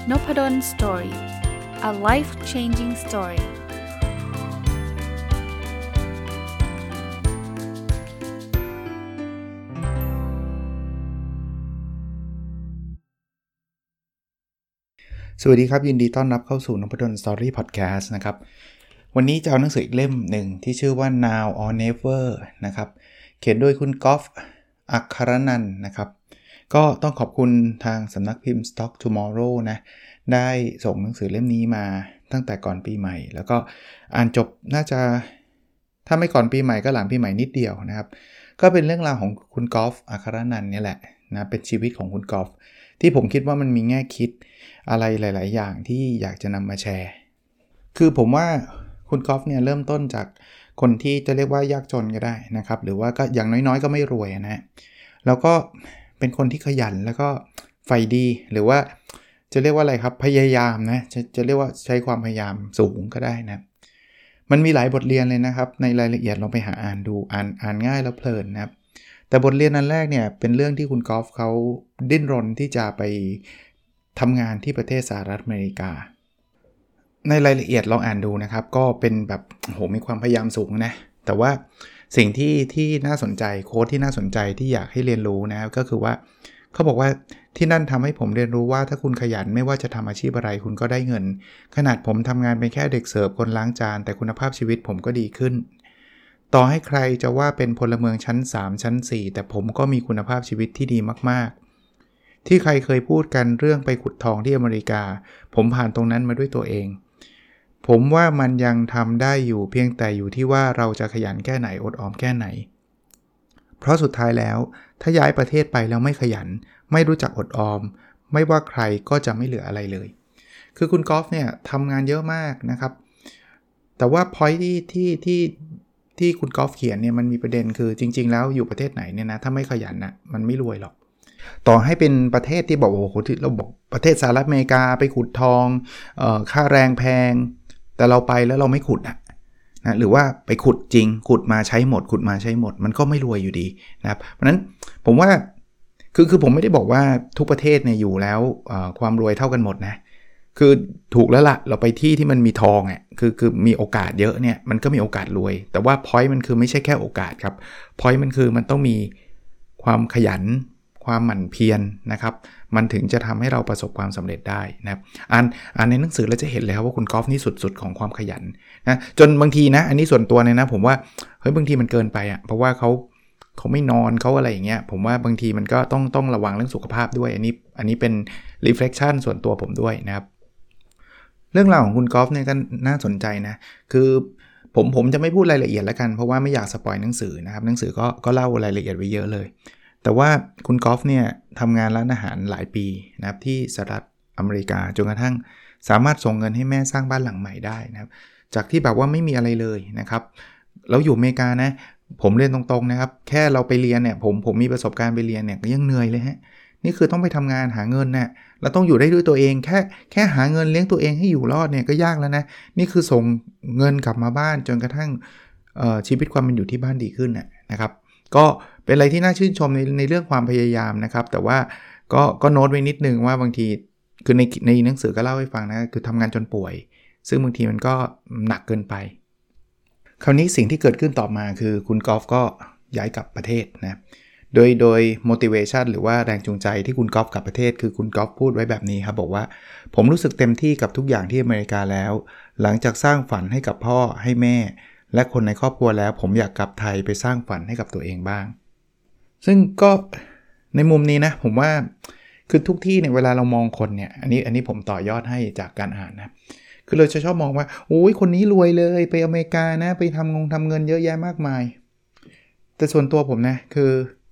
Nopadon Story. A life-changing story. สวัสดีครับยินดีต้อนรับเข้าสู่ Nopadon Story Podcast นะครับวันนี้จะเอาหนังสืออีกเล่มหนึ่งที่ชื่อว่า Now or Never นะครับเขียนโดยคุณก๊อฟอัคครนันท์นะครับก็ต้องขอบคุณทางสำนักพิมพ์ Stock Tomorrow นะได้ส่งหนังสือเล่มนี้มาตั้งแต่ก่อนปีใหม่แล้วก็อ่านจบน่าจะถ้าไม่ก่อนปีใหม่ก็หลังปีใหม่นิดเดียวนะครับก็เป็นเรื่องราวของคุณก๊อฟอัคครนันท์นี่แหละนะเป็นชีวิตของคุณก๊อฟที่ผมคิดว่ามันมีแง่คิดอะไรหลายๆอย่างที่อยากจะนำมาแชร์คือผมว่าคุณก๊อฟเนี่ยเริ่มต้นจากคนที่จะเรียกว่ายากจนก็ได้นะครับหรือว่าก็อย่างน้อยๆก็ไม่รวยนะแล้วก็เป็นคนที่ขยันแล้วก็ใฝ่ดีหรือว่าจะเรียกว่าอะไรครับพยายามนะจะเรียกว่าใช้ความพยายามสูงก็ได้นะมันมีหลายบทเรียนเลยนะครับในรายละเอียดลองไปหาอ่านดูอ่านง่ายแล้วเพลินนะครับแต่บทเรียนอันแรกเนี่ยเป็นเรื่องที่คุณก๊อฟเขาดิ้นรนที่จะไปทำงานที่ประเทศสหรัฐอเมริกาในรายละเอียดลองอ่านดูนะครับก็เป็นแบบโหมีความพยายามสูงนะแต่ว่าสิ่งที่น่าสนใจโค้ดที่น่าสนใจที่อยากให้เรียนรู้นะครับก็คือว่าเขาบอกว่าที่นั่นทำให้ผมเรียนรู้ว่าถ้าคุณขยันไม่ว่าจะทำอาชีพอะไรคุณก็ได้เงินขนาดผมทำงานเป็นแค่เด็กเสิร์ฟคนล้างจานแต่คุณภาพชีวิตผมก็ดีขึ้นต่อให้ใครจะว่าเป็นพลเมืองชั้น3ชั้น4แต่ผมก็มีคุณภาพชีวิตที่ดีมากๆที่ใครเคยพูดกันเรื่องไปขุดทองที่อเมริกาผมผ่านตรงนั้นมาด้วยตัวเองผมว่ามันยังทำได้อยู่เพียงแต่อยู่ที่ว่าเราจะขยันแค่ไหนอดออมแค่ไหนเพราะสุดท้ายแล้วถ้าย้ายประเทศไปแล้วไม่ขยันไม่รู้จักอดออมไม่ว่าใครก็จะไม่เหลืออะไรเลยคือคุณกอล์ฟเนี่ยทำงานเยอะมากนะครับแต่ว่า point ที่คุณกอล์ฟเขียนเนี่ยมันมีประเด็นคือจริงๆแล้วอยู่ประเทศไหนเนี่ยนะถ้าไม่ขยันนะมันไม่รวยหรอกต่อให้เป็นประเทศที่บอกโอ้โหที่เราบอกประเทศสหรัฐอเมริกาไปขุดทองค่าแรงแพงแต่เราไปแล้วเราไม่ขุดนะหรือว่าไปขุดจริงขุดมาใช้หมดมันก็ไม่รวยอยู่ดีนะครับเพราะฉะนั้นผมว่าคือผมไม่ได้บอกว่าทุกประเทศเนี่ยอยู่แล้วความรวยเท่ากันหมดนะคือถูกแล้วล่ะเราไปที่มันมีทองอ่ะคือมีโอกาสเยอะเนี่ยมันก็มีโอกาสรวยแต่ว่า point มันคือไม่ใช่แค่โอกาสครับ point มันคือมันต้องมีความขยันความหมั่นเพียรนะครับมันถึงจะทำให้เราประสบความสำเร็จได้นะครับอ่านในหนังสือแล้วจะเห็นเลยครับว่าคุณกอล์ฟนี่สุดๆของความขยันนะจนบางทีนะอันนี้ส่วนตัวเนี่ยนะผมว่าเฮ้ยบางทีมันเกินไปอ่ะเพราะว่าเขาไม่นอนเขาอะไรอย่างเงี้ยผมว่าบางทีมันก็ต้องระวังเรื่องสุขภาพด้วยอันนี้เป็น reflection ส่วนตัวผมด้วยนะครับเรื่องราวของคุณกอล์ฟเนี่ยก็น่าสนใจนะคือผมจะไม่พูดรายละเอียดแล้วกันเพราะว่าไม่อยากสปอยหนังสือนะครับหนังสือก็เล่ารายละเอียดไว้เยอะเลยแต่ว่าคุณกอล์ฟเนี่ยทำงานร้านอาหารหลายปีนะครับที่สหรัฐอเมริกาจนกระทั่งสามารถส่งเงินให้แม่สร้างบ้านหลังใหม่ได้นะครับจากที่แบบว่าไม่มีอะไรเลยนะครับแล้วอยู่อเมริกานะผมเรียนตรงๆนะครับแค่เราไปเรียนเนี่ยผมมีประสบการณ์ไปเรียนเนี่ยก็ยังเหนื่อยเลยฮะนี่คือต้องไปทำงานหาเงินนะแล้วต้องอยู่ได้ด้วยตัวเองแค่หาเงินเลี้ยงตัวเองให้อยู่รอดเนี่ยก็ยากแล้วนะนี่คือส่งเงินกลับมาบ้านจนกระทั่งชีวิตความเป็นอยู่ที่บ้านดีขึ้นนะครับก็เป็นอะไรที่น่าชื่นชมในเรื่องความพยายามนะครับแต่ว่าก็โน้ตไว้นิดนึงว่าบางทีคือในหนังสือก็เล่าให้ฟังนะคือทำงานจนป่วยซึ่งบางทีมันก็หนักเกินไปคราวนี้สิ่งที่เกิดขึ้นต่อมาคือคุณกอล์ฟก็ย้ายกลับประเทศนะโดย motivation หรือว่าแรงจูงใจที่คุณกอล์ฟกลับประเทศคือคุณกอล์ฟพูดไว้แบบนี้ครับบอกว่าผมรู้สึกเต็มที่กับทุกอย่างที่อเมริกาแล้วหลังจากสร้างฝันให้กับพ่อให้แม่และคนในครอบครัวแล้วผมอยากกลับไทยไปสร้างฝันให้กับตัวเองบ้างซึ่งก็ในมุมนี้นะผมว่าคือทุกที่เนี่ยเวลาเรามองคนเนี่ยอันนี้ผมต่อยอดให้จากการอ่านนะคือเราจะชอบมองว่าโอ้ยคนนี้รวยเลยไปอเมริกานะไปทำเงินเยอะแยะมากมายแต่ส่วนตัวผมนะคือ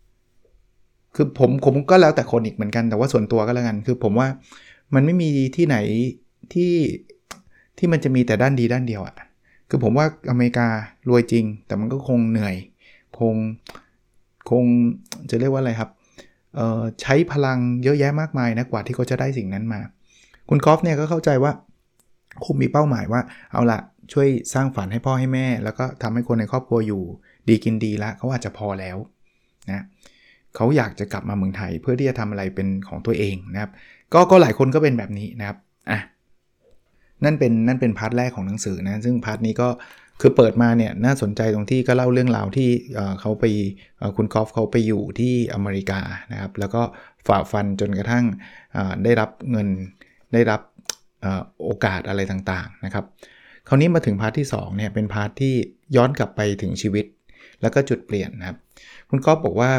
ผมก็แล้วแต่คนอีกเหมือนกันแต่ว่าส่วนตัวก็แล้วกันคือผมว่ามันไม่มีที่ไหนที่มันจะมีแต่ด้านดีด้านเดียวอะคือผมว่าอเมริการวยจริงแต่มันก็คงเหนื่อยคงจะเรียกว่าอะไรครับใช้พลังเยอะแยะมากมายนะกว่าที่เขาจะได้สิ่งนั้นมาคุณกอล์ฟเนี่ยก็เข้าใจว่าคุณมีเป้าหมายว่าเอาละช่วยสร้างฝันให้พ่อให้แม่แล้วก็ทำให้คนในครอบครัวอยู่ดีกินดีละเขาอาจจะพอแล้วนะเขาอยากจะกลับมาเมืองไทยเพื่อที่จะทำอะไรเป็นของตัวเองนะครับก็หลายคนก็เป็นแบบนี้นะครับนั่นเป็นพาร์ทแรกของหนังสือนะซึ่งพาร์ทนี้ก็คือเปิดมาเนี่ยน่าสนใจตรงที่ก็เล่าเรื่องราวที่เขาไปคุณกอล์ฟเขาไปอยู่ที่อเมริกานะครับแล้วก็ฝ่าฟันจนกระทั่งได้รับเงินได้รับโอกาสอะไรต่างๆนะครับคราวนี้มาถึงพาร์ทที่2เนี่ยเป็นพาร์ทที่ย้อนกลับไปถึงชีวิตแล้วก็จุดเปลี่ยนนะครับคุณกอล์ฟบอกว่า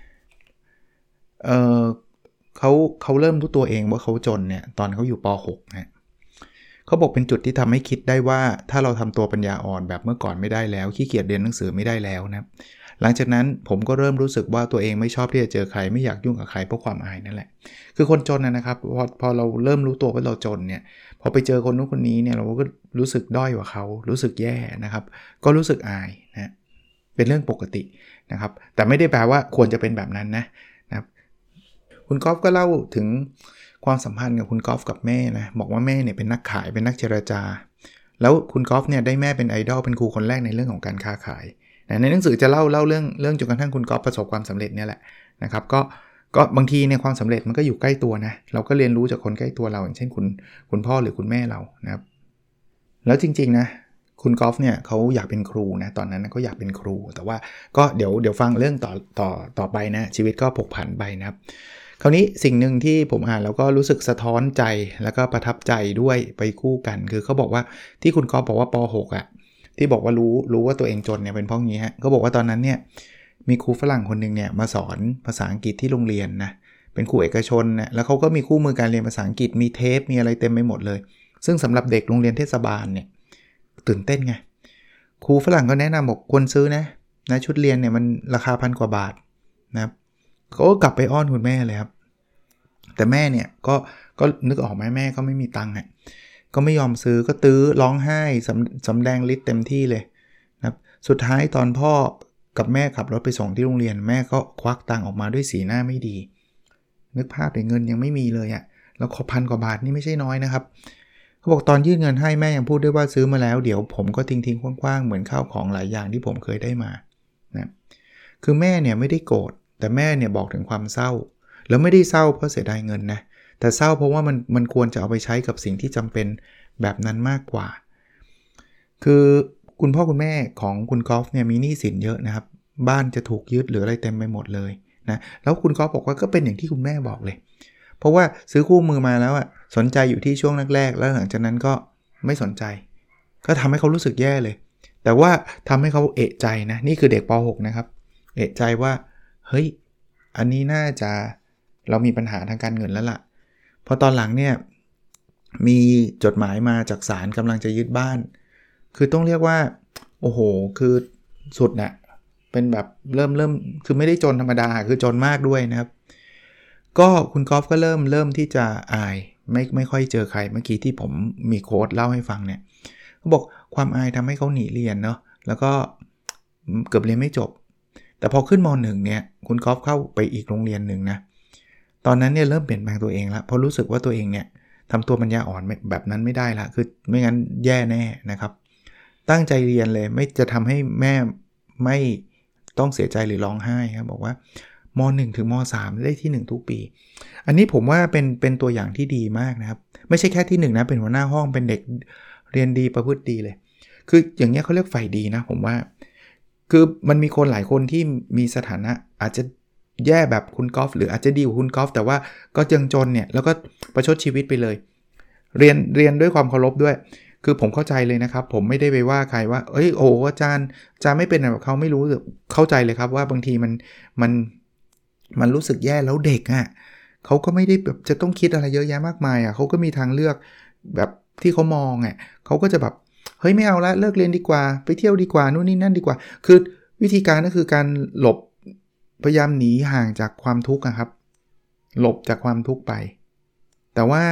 เขาเริ่มรู้ตัวเองว่าเขาจนเนี่ยตอนเขาอยู่ป .6 นะเขาบอกเป็นจุดที่ทำให้คิดได้ว่าถ้าเราทำตัวปัญญาอ่อนแบบเมื่อก่อนไม่ได้แล้วขี้เกียจเรียนหนังสือไม่ได้แล้วนะหลังจากนั้นผมก็เริ่มรู้สึกว่าตัวเองไม่ชอบที่จะเจอใครไม่อยากยุ่งกับใครเพราะความอายนั่นแหละคือคนจนนะครับพอเราเริ่มรู้ตัวว่าเราจนเนี่ยพอไปเจอคนนู้นคนนี้เนี่ยเราก็รู้สึกด้อยกว่าเขารู้สึกแย่นะครับก็รู้สึกอายนะเป็นเรื่องปกตินะครับแต่ไม่ได้แปลว่าควรจะเป็นแบบนั้นนะครับคุณกอล์ฟก็เล่าถึงความสัมพันธ์กับคุณกอล์ฟกับแม่นะบอกว่าแม่เนี่ยเป็นนักขายเป็นนักเจรจาแล้วคุณกอล์ฟเนี่ยได้แม่เป็นไอดอลเป็นครูคนแรกในเรื่องของการค้าขายในหนังสือจะเล่าเรื่องจนกระทั่งคุณกอล์ฟประสบความสำเร็จเนี่ยแหละนะครับก็บางทีเนี่ยความสำเร็จมันก็อยู่ใกล้ตัวนะเราก็เรียนรู้จากคนใกล้ตัวเราอย่างเช่นคุณพ่อหรือคุณแม่เรานะครับแล้วจริงๆนะคุณกอล์ฟเนี่ยเขาอยากเป็นครูนะตอนนั้นเขาอยากเป็นครูแต่ว่าก็เดี๋ยวฟังเรื่องต่อไปนะชีวิตก็ผกผันไปนะครับคราวนี้สิ่งหนึ่งที่ผมอ่านแล้วก็รู้สึกสะท้อนใจแล้วก็ประทับใจด้วยไปคู่กันคือเขาบอกว่าที่คุณกอล์ฟบอกว่าป .6 อ่ะที่บอกว่ารู้ว่าตัวเองจนเนี่ยเป็นเพราะงี้ฮะเขาบอกว่าตอนนั้นเนี่ยมีครูฝรั่งคนนึงเนี่ยมาสอนภาษาอังกฤษที่โรงเรียนนะเป็นครูเอกชนนะแล้วเขาก็มีคู่มือการเรียนภาษาอังกฤษมีเทปมีอะไรเต็มไปหมดเลยซึ่งสำหรับเด็กโรงเรียนเทศบาลเนี่ยตื่นเต้นไงครูฝรั่งก็แนะนำบอกควรซื้อนะชุดเรียนเนี่ยมันราคา1,000 กว่าบาทนะครับเขาก็กลับไปอ้อนคุณแม่เลยครับแต่แม่เนี่ยก็นึกออกไหมแม่ก็ไม่มีตังค์อ่ะก็ไม่ยอมซื้อก็ตื้อร้องไห้สำแดงฤทธิ์เต็มที่เลยนะครับสุดท้ายตอนพ่อกับแม่ขับรถไปส่งที่โรงเรียนแม่ก็ควักตังค์ออกมาด้วยสีหน้าไม่ดีนึกภาพเลยเงินยังไม่มีเลยอ่ะแล้วขอ1,000 กว่าบาทนี่ไม่ใช่น้อยนะครับเขาบอกตอนยื่นเงินให้แม่ยังพูดด้วยว่าซื้อมาแล้วเดี๋ยวผมก็ทิ้งคว้างๆเหมือนข้าวของหลายอย่างที่ผมเคยได้มานะคือแม่เนี่ยไม่ได้โกรธแต่แม่เนี่ยบอกถึงความเศร้าแล้วไม่ได้เศร้าเพราะเสียดายเงินนะแต่เศร้าเพราะว่ามันควรจะเอาไปใช้กับสิ่งที่จำเป็นแบบนั้นมากกว่าคือคุณพ่อคุณแม่ของคุณกอล์ฟเนี่ยมีหนี้สินเยอะนะครับบ้านจะถูกยึดหรืออะไรเต็มไปหมดเลยนะแล้วคุณกอล์ฟบอกว่าก็เป็นอย่างที่คุณแม่บอกเลยเพราะว่าซื้อคู่มือมาแล้วสนใจอยู่ที่ช่วงแรกๆแล้วหลังจากนั้นก็ไม่สนใจก็ทำให้เขารู้สึกแย่เลยแต่ว่าทำให้เขาเอะใจนะนี่คือเด็กป .6 นะครับเอะใจว่าเฮ้ยอันนี้น่าจะเรามีปัญหาทางการเงินแล้วล่ะพอตอนหลังเนี่ยมีจดหมายมาจากศาลกำลังจะยึดบ้านคือต้องเรียกว่าโอ้โหคือสุดนะเป็นแบบเริ่มคือไม่ได้จนธรรมดาคือจนมากด้วยนะครับก็คุณกอล์ฟก็เริ่มที่จะอายไม่ค่อยเจอใครเมื่อกี้ที่ผมมีโค้ดเล่าให้ฟังเนี่ยเขาบอกความอายทำให้เขาหนีเรียนเนาะแล้วก็เกือบเรียนไม่จบแต่พอขึ้นม.1 เนี่ยคุณกอล์ฟเข้าไปอีกโรงเรียนหนึ่งนะตอนนั้นเนี่ยเริ่มเปลี่ยนแปลงตัวเองแล้วเพราะรู้สึกว่าตัวเองเนี่ยทำตัวปัญญาอ่อนแบบนั้นไม่ได้ละคือไม่งั้นแย่แน่นะครับตั้งใจเรียนเลยไม่จะทำให้แม่ไม่ต้องเสียใจหรือร้องไห้ครับบอกว่าม.1 ถึงม.3 ได้ที่1ทุกปีอันนี้ผมว่าเป็นตัวอย่างที่ดีมากนะครับไม่ใช่แค่ที่1นะเป็นหัวหน้าห้องเป็นเด็กเรียนดีประพฤติดีเลยคืออย่างเงี้ยเขาเรียกฝ่ายดีนะผมว่าคือมันมีคนหลายคนที่มีสถานะอาจจะแย่แบบคุณกอล์ฟหรืออาจจะดีกว่าคุณกอล์ฟแต่ว่าก็ยังจนเนี่ยแล้วก็ประชดชีวิตไปเลยเรียนด้วยความเคารพด้วยคือผมเข้าใจเลยนะครับผมไม่ได้ไปว่าใครว่าเอ้ยโอ้อาจารย์ไม่เป็นแบบเขาไม่รู้เข้าใจเลยครับว่าบางทีมันรู้สึกแย่แล้วเด็กอ่ะเขาก็ไม่ได้แบบจะต้องคิดอะไรเยอะแยะมากมายอ่ะเขาก็มีทางเลือกแบบที่เขามองอ่ะเขาก็จะแบบเฮ้ยไม่เอาละเลิกเรียนดีกว่าไปเที่ยวดีกว่านู่นนี่นั่นดีกว่าคือวิธีการก็คือการหลบพยายามหนีห่างจากความทุกข์ครับหลบจากความทุกข์ไปแต่ว่า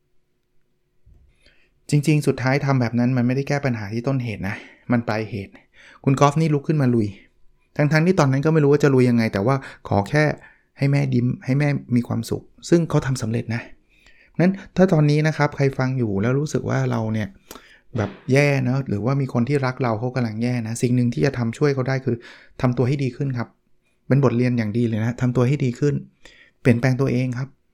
จริงๆสุดท้ายทำแบบนั้นมันไม่ได้แก้ปัญหาที่ต้นเหตุนะมันปลายเหตุคุณกอล์ฟนี่ลุกขึ้นมาลุยทั้งที่ตอนนั้นก็ไม่รู้ว่าจะลุยยังไงแต่ว่าขอแค่ให้แม่ยิ้มให้แม่มีความสุขซึ่งเขาทำสำเร็จนะนั้นถ้าตอนนี้นะครับใครฟังอยู่แล้วรู้สึกว่าเราเนี่ยแบบแย่นะหรือว่ามีคนที่รักเราเขากำลังแย่นะสิ่งหนึ่งที่จะทำช่วยเขาได้คือทำตัวให้ดีขึ้นครับเป็นบทเรียนอย่างดีเลยนะทำตัวให้ดีขึ้นเปลี่ยนแปลงตัวเองครับ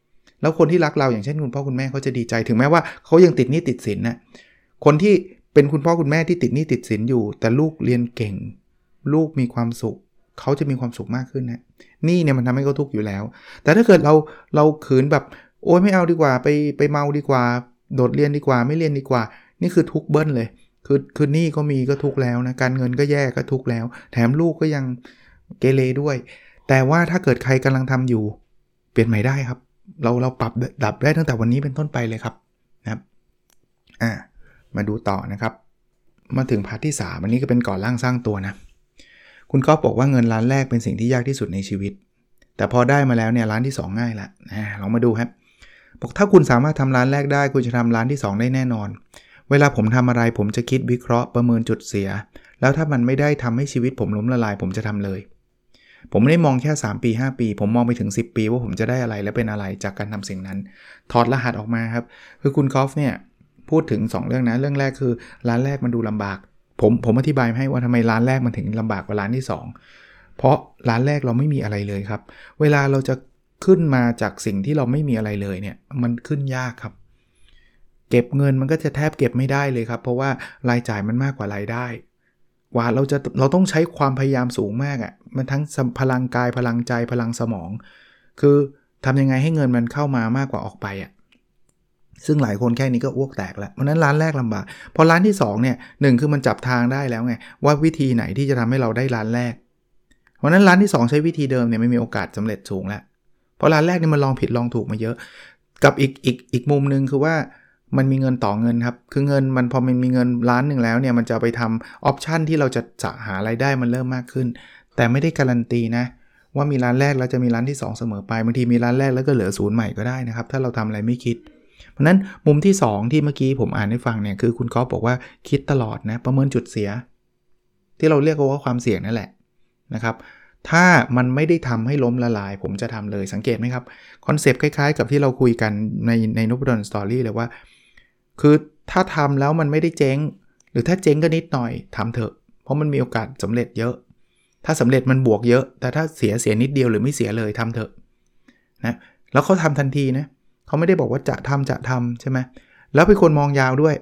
แล้วคนที่รักเราอย่างเช่นคุณพ่อคุณแม่เขาจะดีใจถึงแม้ว่าเขายังติดหนี้ติดสินนะคนที่เป็นคุณพ่อคุณแม่ที่ติดหนี้ติดสินอยู่แต่ลูกเรียนเก่งลูกมีความสุขเขาจะมีความสุขมากขึ้นนะนี่เนี่ยมันทำให้เขาทุกข์อยู่แล้วแต่ถ้าเกิดเราขืนแบบโอ๊ยไม่เอาดีกว่าไปเมาดีกว่าโดดเรียนดีกว่าไม่เรียนดีกว่านี่คือทุกข์เบิ้ลเลยคือหนี้ก็มีก็ทุกข์แล้วนะการเงินก็แย่ก็ทุกข์แล้วแถมลูกก็ยังเกเรด้วยแต่ว่าถ้าเกิดใครกำลังทำอยู่เปลี่ยนใหม่ได้ครับเราปรับดับได้ตั้งแต่วันนี้เป็นต้นไปเลยครับนะครับมาดูต่อนะครับมาถึงพาร์ทที่3อันนี้ก็เป็นก่อร่างสร้างตัวนะคุณก๊อฟบอกว่าเงินล้านแรกเป็นสิ่งที่ยากที่สุดในชีวิตแต่พอได้มาแล้วเนี่ยล้านที่2ง่ายละลองมาดูครับบอกถ้าคุณสามารถทำล้านแรกได้คุณจะทำล้านที่2ได้แน่นอนเวลาผมทำอะไรผมจะคิดวิเคราะห์ประเมินจุดเสียแล้วถ้ามันไม่ได้ทำให้ชีวิตผมล้มละลายผมจะทำเลยผมไม่ได้มองแค่3ปี5ปีผมมองไปถึง10ปีว่าผมจะได้อะไรและเป็นอะไรจากการทำสิ่งนั้นถอดรหัสออกมาครับคือคุณก๊อฟเนี่ยพูดถึง2เรื่องนะเรื่องแรกคือล้านแรกมันดูลำบากผมอธิบายให้ว่าทำไมล้านแรกมันถึงลำบากกว่าล้านที่2เพราะล้านแรกเราไม่มีอะไรเลยครับเวลาเราจะขึ้นมาจากสิ่งที่เราไม่มีอะไรเลยเนี่ยมันขึ้นยากครับเก็บเงินมันก็จะแทบเก็บไม่ได้เลยครับเพราะว่ารายจ่ายมันมากกว่ารายได้กว่าเราต้องใช้ความพยายามสูงมากมันทั้งพลังกายพลังใจพลังสมองคือทำยังไงให้เงินมันเข้ามามากกว่าออกไปซึ่งหลายคนแค่นี้ก็อ้วกแตกแล้วเพราะนั้นล้านแรกลำบากพอล้านที่2เนี่ย1คือมันจับทางได้แล้วไงว่าวิธีไหนที่จะทำให้เราได้ล้านแรกเพราะนั้นล้านที่2ใช้วิธีเดิมเนี่ยไม่มีโอกาสสำเร็จสูงแล้วเพราะล้านแรกนี่มันลองผิดลองถูกมาเยอะกับอีกมุมนึงคือว่ามันมีเงินต่อเงินครับคือเงินมันพอมันมีเงินล้านนึงแล้วเนี่ยมันจะไปทำออปชันที่เราจะหารายได้มันเริ่มมากขึ้นแต่ไม่ได้การันตีนะว่ามีล้านแรกแล้วจะมีล้านที่2เสมอไปบางทีมีล้านแรกแล้วก็เหลือศูนย์ใหม่ก็ได้นะครับถ้าเราทำอะไรไม่คิดเพราะนั้นมุมที่2ที่เมื่อกี้ผมอ่านให้ฟังเนี่ยคือคุณก๊อฟบอกว่าคิดตลอดนะประเมินจุดเสียที่เราเรียกว่าความเสี่ยงนั่นแหละนะครับถ้ามันไม่ได้ทำให้ล้มละลายผมจะทำเลยสังเกตไหมครับคอนเซปต์คล้ายๆกับที่เราคุยกันในนพดลสตอรี่เลยว่าคือถ้าทำแล้วมันไม่ได้เจ๊งหรือถ้าเจ๊งก็นิดหน่อยทำเถอะเพราะมันมีโอกาสสำเร็จเยอะถ้าสำเร็จมันบวกเยอะแต่ถ้าเสียนิดเดียวหรือไม่เสียเลยทำเถอะนะแล้วเขาทำทันทีนะเขาไม่ได้บอกว่าจะทำใช่ไหมแล้วเป็นคนมองยาวด้วย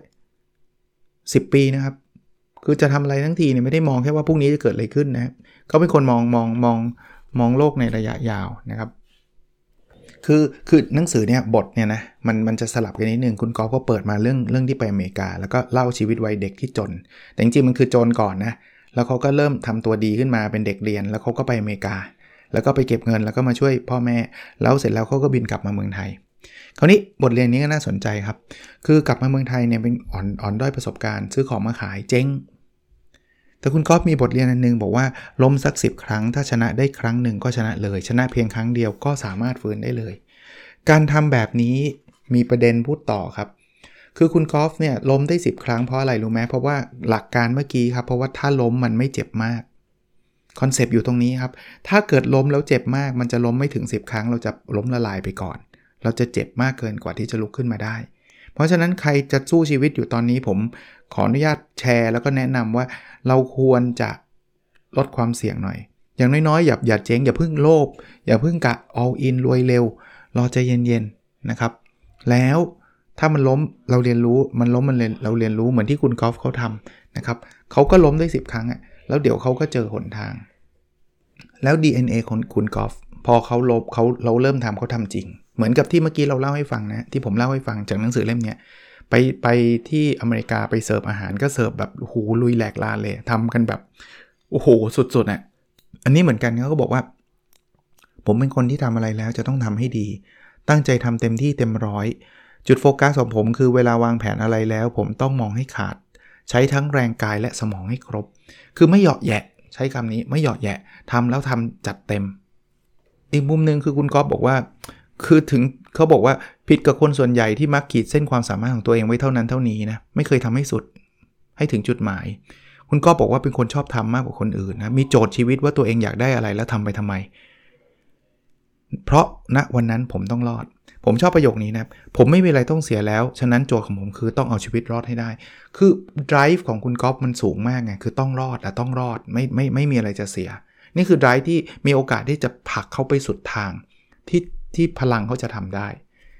10ปีนะครับคือจะทำอะไรทั้งทีเนี่ยไม่ได้มองแค่ว่าพรุ่งนี้จะเกิดอะไรขึ้นนะเขาเป็นคนมองโลกในระยะยาวนะครับคือหนังสือเนี่ยบทเนี่ยนะมันจะสลับกันนิดนึงคุณกอล์ฟก็เปิดมาเรื่องที่ไปอเมริกาแล้วก็เล่าชีวิตวัยเด็กที่จนแต่จริงๆมันคือจนก่อนนะแล้วเขาก็เริ่มทำตัวดีขึ้นมาเป็นเด็กเรียนแล้วเขาก็ไปอเมริกาแล้วก็ไปเก็บเงินแล้วก็มาช่วยพ่อแม่แล้วเสร็จแล้วเขาก็บินกลับมาเมืองไทยคราวนี้บทเรียนนี้ก็น่าสนใจครับคือกลับมาเมืองไทยเนี่ยเป็นอ่อนด้อยประสบการณ์ซื้อของมาขายเจ๊งแต่คุณก๊อฟมีบทเรียนอันนึงบอกว่าล้มสัก10ครั้งถ้าชนะได้ครั้งหนึ่งก็ชนะเลยชนะเพียงครั้งเดียวก็สามารถฟื้นได้เลยการทำแบบนี้มีประเด็นพูดต่อครับคือคุณก๊อฟเนี่ยล้มได้10ครั้งเพราะอะไรรู้ไหมเพราะว่าหลักการเมื่อกี้ครับเพราะว่าถ้าล้มมันไม่เจ็บมากคอนเซปต์อยู่ตรงนี้ครับถ้าเกิดล้มแล้วเจ็บมากมันจะล้มไม่ถึง10ครั้งเราจะล้มละลายไปก่อนเราจะเจ็บมากเกินกว่าที่จะลุกขึ้นมาได้เพราะฉะนั้นใครจะสู้ชีวิตอยู่ตอนนี้ผมขออนุญาตแชร์แล้วก็แนะนำว่าเราควรจะลดความเสี่ยงหน่อยอย่างน้อยๆอย่าเจ๊งอย่าพึ่งโลภอย่าพึ่งกะ all in รวยเร็วรอใจเย็นๆนะครับแล้วถ้ามันล้มเราเรียนรู้มันล้มเราเรียนรู้เหมือนที่คุณกอล์ฟเขาทำนะครับเขาก็ล้มได้10ครั้งแล้วเดี๋ยวเขาก็เจอหนทางแล้ว DNA ของคุณกอล์ฟพอเราเริ่มทำเขาทำจริงเหมือนกับที่เมื่อกี้เราเล่าให้ฟังนะที่ผมเล่าให้ฟังจากหนังสือเล่มนี้ไปที่อเมริกาไปเสิร์ฟอาหารก็เสิร์ฟแบบโอ้โหลุยแหลกลานเลยทำกันแบบโอ้โหสุดๆอันนี้เหมือนกันเขาก็บอกว่าผมเป็นคนที่ทำอะไรแล้วจะต้องทำให้ดีตั้งใจทำเต็มที่เต็มร้อยจุดโฟกัสของผมคือเวลาวางแผนอะไรแล้วผมต้องมองให้ขาดใช้ทั้งแรงกายและสมองให้ครบคือไม่เหยาะแยะใช้คำนี้ไม่เหยาะแยะทำแล้วทำจัดเต็มอีกมุมนึงคือคุณก๊อฟบอกว่าคือถึงเขาบอกว่าผิดกับคนส่วนใหญ่ที่มักขีดเส้นความสามารถของตัวเองไว้เท่านั้นเท่านี้นะไม่เคยทำให้สุดให้ถึงจุดหมายคุณก๊อฟบอกว่าเป็นคนชอบทำมากกว่าคนอื่นนะมีโจทย์ชีวิตว่าตัวเองอยากได้อะไรแล้วทำไปทำไมเพราะณวันนั้นผมต้องรอดผมชอบประโยคนี้นะผมไม่มีอะไรต้องเสียแล้วฉะนั้นโจทย์ของผมคือต้องเอาชีวิตรอดให้ได้คือ drive ของคุณก๊อฟมันสูงมากไงคือต้องรอดและต้องรอดไม่มีอะไรจะเสียนี่คือ drive ที่มีโอกาสที่จะผลักเขาไปสุดทางที่พลังเขาจะทำได้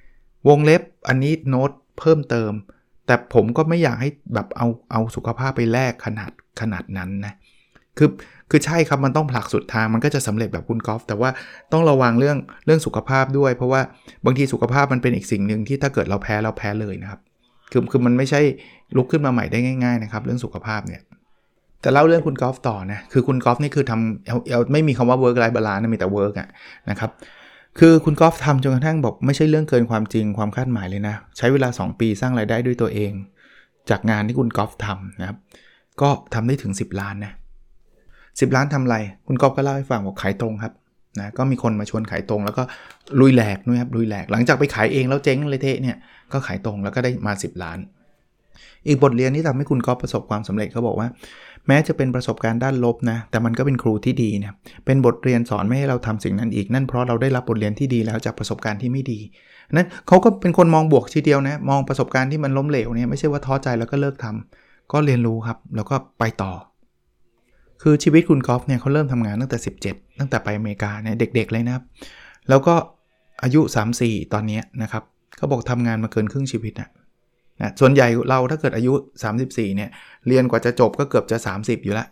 วงเล็บอันนี้โน้ตเพิ่มเติมแต่ผมก็ไม่อยากให้แบบเอาสุขภาพไปแลกขนาดนั้นนะคือใช่ครับมันต้องผลักสุดทางมันก็จะสำเร็จแบบคุณกอล์ฟแต่ว่าต้องระวังเรื่องสุขภาพด้วยเพราะว่าบางทีสุขภาพมันเป็นอีกสิ่งหนึ่งที่ถ้าเกิดเราแพ้เลยนะครับคือมันไม่ใช่ลุกขึ้นมาใหม่ได้ง่ายๆนะครับเรื่องสุขภาพเนี่ยแต่เล่าเรื่องคุณกอล์ฟต่อนะคือคุณกอล์ฟนี่คือทำเอาไม่มีคำว่า work life balance นะมีแต่ work นะครับคือคุณกอล์ฟทำจนกระทั่งบอกไม่ใช่เรื่องเกินความจริงความคาดหมายเลยนะใช้เวลา2ปีสร้างรายได้ด้วยตัวเองจากงานที่คุณกอล์ฟทำนะครับก็ทำได้ถึง10 ล้านนะ10 ล้านทำอะไรคุณกอล์ฟก็เล่าให้ฟังบอกขายตรงครับนะก็มีคนมาชวนขายตรงแล้วก็ลุยแหลกนะครับลุยแหลกหลังจากไปขายเองแล้วเจ๊งเลยเทะเนี่ยก็ขายตรงแล้วก็ได้มา10 ล้านอีกบทเรียนที่ทำให้คุณกอล์ฟประสบความสำเร็จเขาบอกว่าแม้จะเป็นประสบการณ์ด้านลบนะแต่มันก็เป็นครูที่ดีเนี่ยเป็นบทเรียนสอนไม่ให้เราทำสิ่งนั้นอีกนั่นเพราะเราได้รับบทเรียนที่ดีแล้วจากประสบการณ์ที่ไม่ดีนั้นเขาก็เป็นคนมองบวกทีเดียวนะมองประสบการณ์ที่มันล้มเหลวเนี่ยไม่ใช่ว่าท้อใจแล้วก็เลิกทำก็เรียนรู้ครับแล้วก็ไปต่อคือชีวิตคุณกอล์ฟเนี่ยเขาเริ่มทำงานตั้งแต่17ตั้งแต่ไปอเมริกาเนี่ยเด็กๆเลยนะครับแล้วก็อายุ34ตอนนี้นะครับเขาบอกทำงานมาเกินครึ่งชีวิตนะส่วนใหญ่เราถ้าเกิดอายุ34เนี่ยเรียนกว่าจะจบก็เกือบจะ30อยู่ละ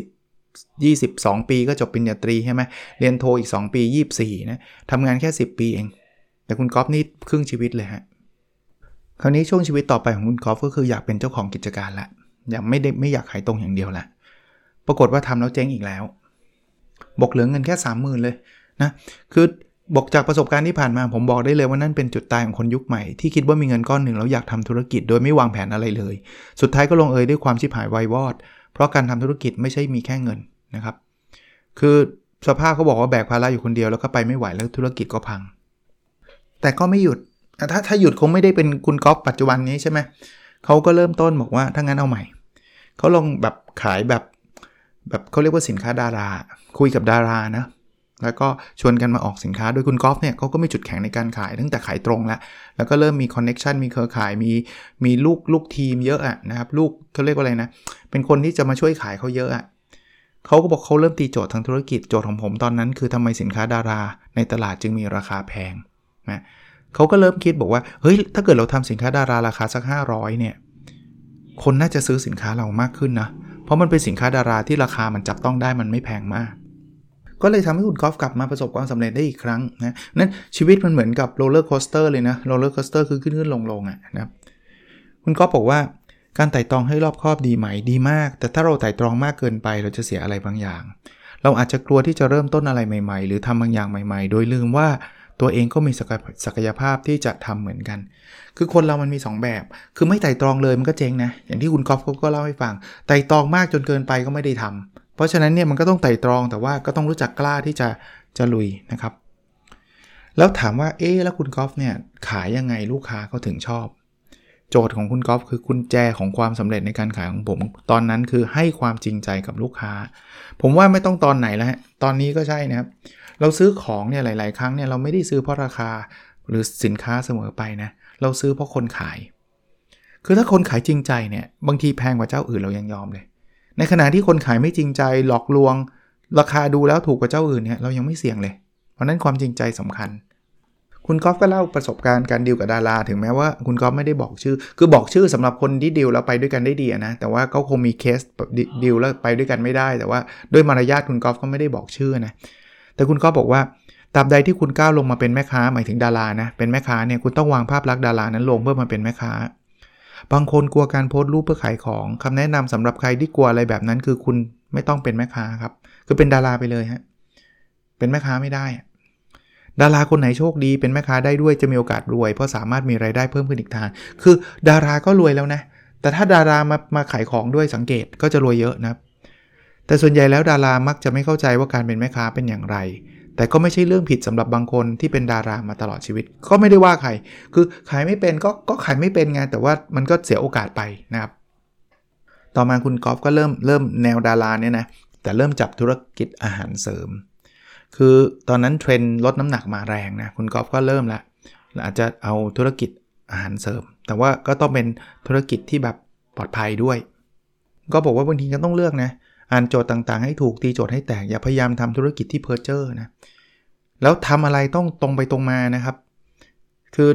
22 ปีก็จบปริญญาตรีใช่ไหมเรียนโทอีก2 ปี24นะทำงานแค่10 ปีเองแต่คุณกอล์ฟนี่ครึ่งชีวิตเลยฮะคราวนี้ช่วงชีวิตต่อไปของคุณกอล์ฟก็คืออยากเป็นเจ้าของกิจการละไม่อยากขายตรงอย่างเดียวละปรากฏว่าทำแล้วเจ๊งอีกแล้วบกเหลือเงินแค่ 30,000 เลยนะคือบอกจากประสบการณ์ที่ผ่านมาผมบอกได้เลยว่านั่นเป็นจุดตายของคนยุคใหม่ที่คิดว่ามีเงินก้อนหนึ่งแล้วอยากทำธุรกิจโดยไม่วางแผนอะไรเลยสุดท้ายก็ลงเอยด้วยความชิบหายวายวอดเพราะการทำธุรกิจไม่ใช่มีแค่เงินนะครับคือสภาพเขาบอกว่าแบกภาระอยู่คนเดียวแล้วก็ไปไม่ไหวแล้วธุรกิจก็พังแต่ก็ไม่หยุดถ้าหยุดคงไม่ได้เป็นคุณก๊อฟปัจจุบันนี้ใช่ไหมเขาก็เริ่มต้นบอกว่าถ้างั้นเอาใหม่เขาลงแบบขายแบบเขาเรียกว่าสินค้าดาราคุยกับดารานะแล้วก็ชวนกันมาออกสินค้าโดยคุณกอล์ฟเนี่ยเขาก็มีจุดแข็งในการขายตั้งแต่ขายตรงแล้วก็เริ่มมีคอนเน็กชันมีเครือข่ายมีลูกทีมเยอะนะครับลูกเขาเรียกว่าอะไรนะเป็นคนที่จะมาช่วยขายเขาเยอะเขาก็บอกเขาเริ่มตีโจทย์ทางธุรกิจโจทย์ของผมตอนนั้นคือทำไมสินค้าดาราในตลาดจึงมีราคาแพงนะเขาก็เริ่มคิดบอกว่าเฮ้ยถ้าเกิดเราทำสินค้าดาราราคาสัก500เนี่ยคนน่าจะซื้อสินค้าเรามากขึ้นนะเพราะมันเป็นสินค้าดาราที่ราคามันจับต้องได้มันไม่แพงมากก็เลยทำให้คุณกอล์ฟกลับมาประสบความสำเร็จได้อีกครั้งนะนั้นชีวิตมันเหมือนกับโรลเลอร์โคสเตอร์เลยนะโรลเลอร์โคสเตอร์คือขึ้นลงนะครับคุณกอล์ฟบอกว่าการไต่ตรองให้รอบคอบดีไหมดีมากแต่ถ้าเราไต่ตรองมากเกินไปเราจะเสียอะไรบางอย่างเราอาจจะกลัวที่จะเริ่มต้นอะไรใหม่ๆหรือทำบางอย่างใหม่ๆโดยลืมว่าตัวเองก็มีศักยภาพที่จะทำเหมือนกันคือคนเรามันมี2แบบคือไม่ไต่ตรองเลยมันก็เจ๊งนะอย่างที่คุณกอล์ฟก็เล่าให้ฟังไต่ตรองมากจนเกินไปก็ไม่ได้ทำเพราะฉะนั้นเนี่ยมันก็ต้องไต่ตรองแต่ว่าก็ต้องรู้จักกล้าที่จะลุยนะครับแล้วถามว่าแล้วคุณกอล์ฟเนี่ยขายยังไงลูกค้าเขาถึงชอบโจทย์ของคุณกอล์ฟคือกุญแจของความสำเร็จในการขายของผมตอนนั้นคือให้ความจริงใจกับลูกค้าผมว่าไม่ต้องตอนไหนแล้วตอนนี้ก็ใช่นะครับเราซื้อของเนี่ยหลายๆครั้งเนี่ยเราไม่ได้ซื้อเพราะราคาหรือสินค้าเสมอไปนะเราซื้อเพราะคนขายคือถ้าคนขายจริงใจเนี่ยบางทีแพงกว่าเจ้าอื่นเรายังยอมเลยในขณะที่คนขายไม่จริงใจหลอกลวงราคาดูแล้วถูกกว่าเจ้าอื่นเนี่ยเรายังไม่เสี่ยงเลยเพราะนั้นความจริงใจสำคัญคุณกอล์ฟก็เล่าประสบการณ์การดีลกับดาราถึงแม้ว่าคุณกอล์ฟไม่ได้บอกชื่อคือบอกชื่อสำหรับคนที่ดีลแล้วไปด้วยกันได้ดีนะแต่ว่าก็คงมีเคสดีลแล้วไปด้วยกันไม่ได้แต่ว่าด้วยมารยาทคุณกอล์ฟก็ไม่ได้บอกชื่อนะแต่คุณกอล์ฟบอกว่าตราบใดที่คุณก้าวลงมาเป็นแม่ค้าหมายถึงดารานะเป็นแม่ค้าเนี่ยคุณต้องวางภาพลักษณ์ดารานั้นลงเพื่อมาเป็นแม่ค้าบางคนกลัวการโพสต์รูปเพื่อขายของคำแนะนำสำหรับใครที่กลัวอะไรแบบนั้นคือคุณไม่ต้องเป็นแม่ค้าครับคือเป็นดาราไปเลยฮะเป็นแม่ค้าไม่ได้ดาราคนไหนโชคดีเป็นแม่ค้าได้ด้วยจะมีโอกาสรวยเพราะสามารถมีรายได้เพิ่มขึ้นอีกทางคือดาราก็รวยแล้วนะแต่ถ้าดารามาขายของด้วยสังเกตก็จะรวยเยอะนะแต่ส่วนใหญ่แล้วดารามักจะไม่เข้าใจว่าการเป็นแม่ค้าเป็นอย่างไรแต่ก็ไม่ใช่เรื่องผิดสำหรับบางคนที่เป็นดารามาตลอดชีวิตก็ไม่ได้ว่าใครคือขายไม่เป็นก็ขายไม่เป็นไงแต่ว่ามันก็เสียโอกาสไปนะครับต่อมาคุณกอล์ฟก็เริ่มแนวดาราเนี่ยนะแต่เริ่มจับธุรกิจอาหารเสริมคือตอนนั้นเทรนด์ลดน้ำหนักมาแรงนะคุณกอล์ฟก็เริ่มละอาจจะเอาธุรกิจอาหารเสริมแต่ว่าก็ต้องเป็นธุรกิจที่แบบปลอดภัยด้วยก็บอกว่าบางทีก็ต้องเลือกนะอ่านโจทย์ต่างๆให้ถูกตีโจทย์ให้แตกอย่าพยายามทำธุรกิจที่เพ้อเจ้อนะแล้วทำอะไรต้องตรงไปตรงมานะครับคือ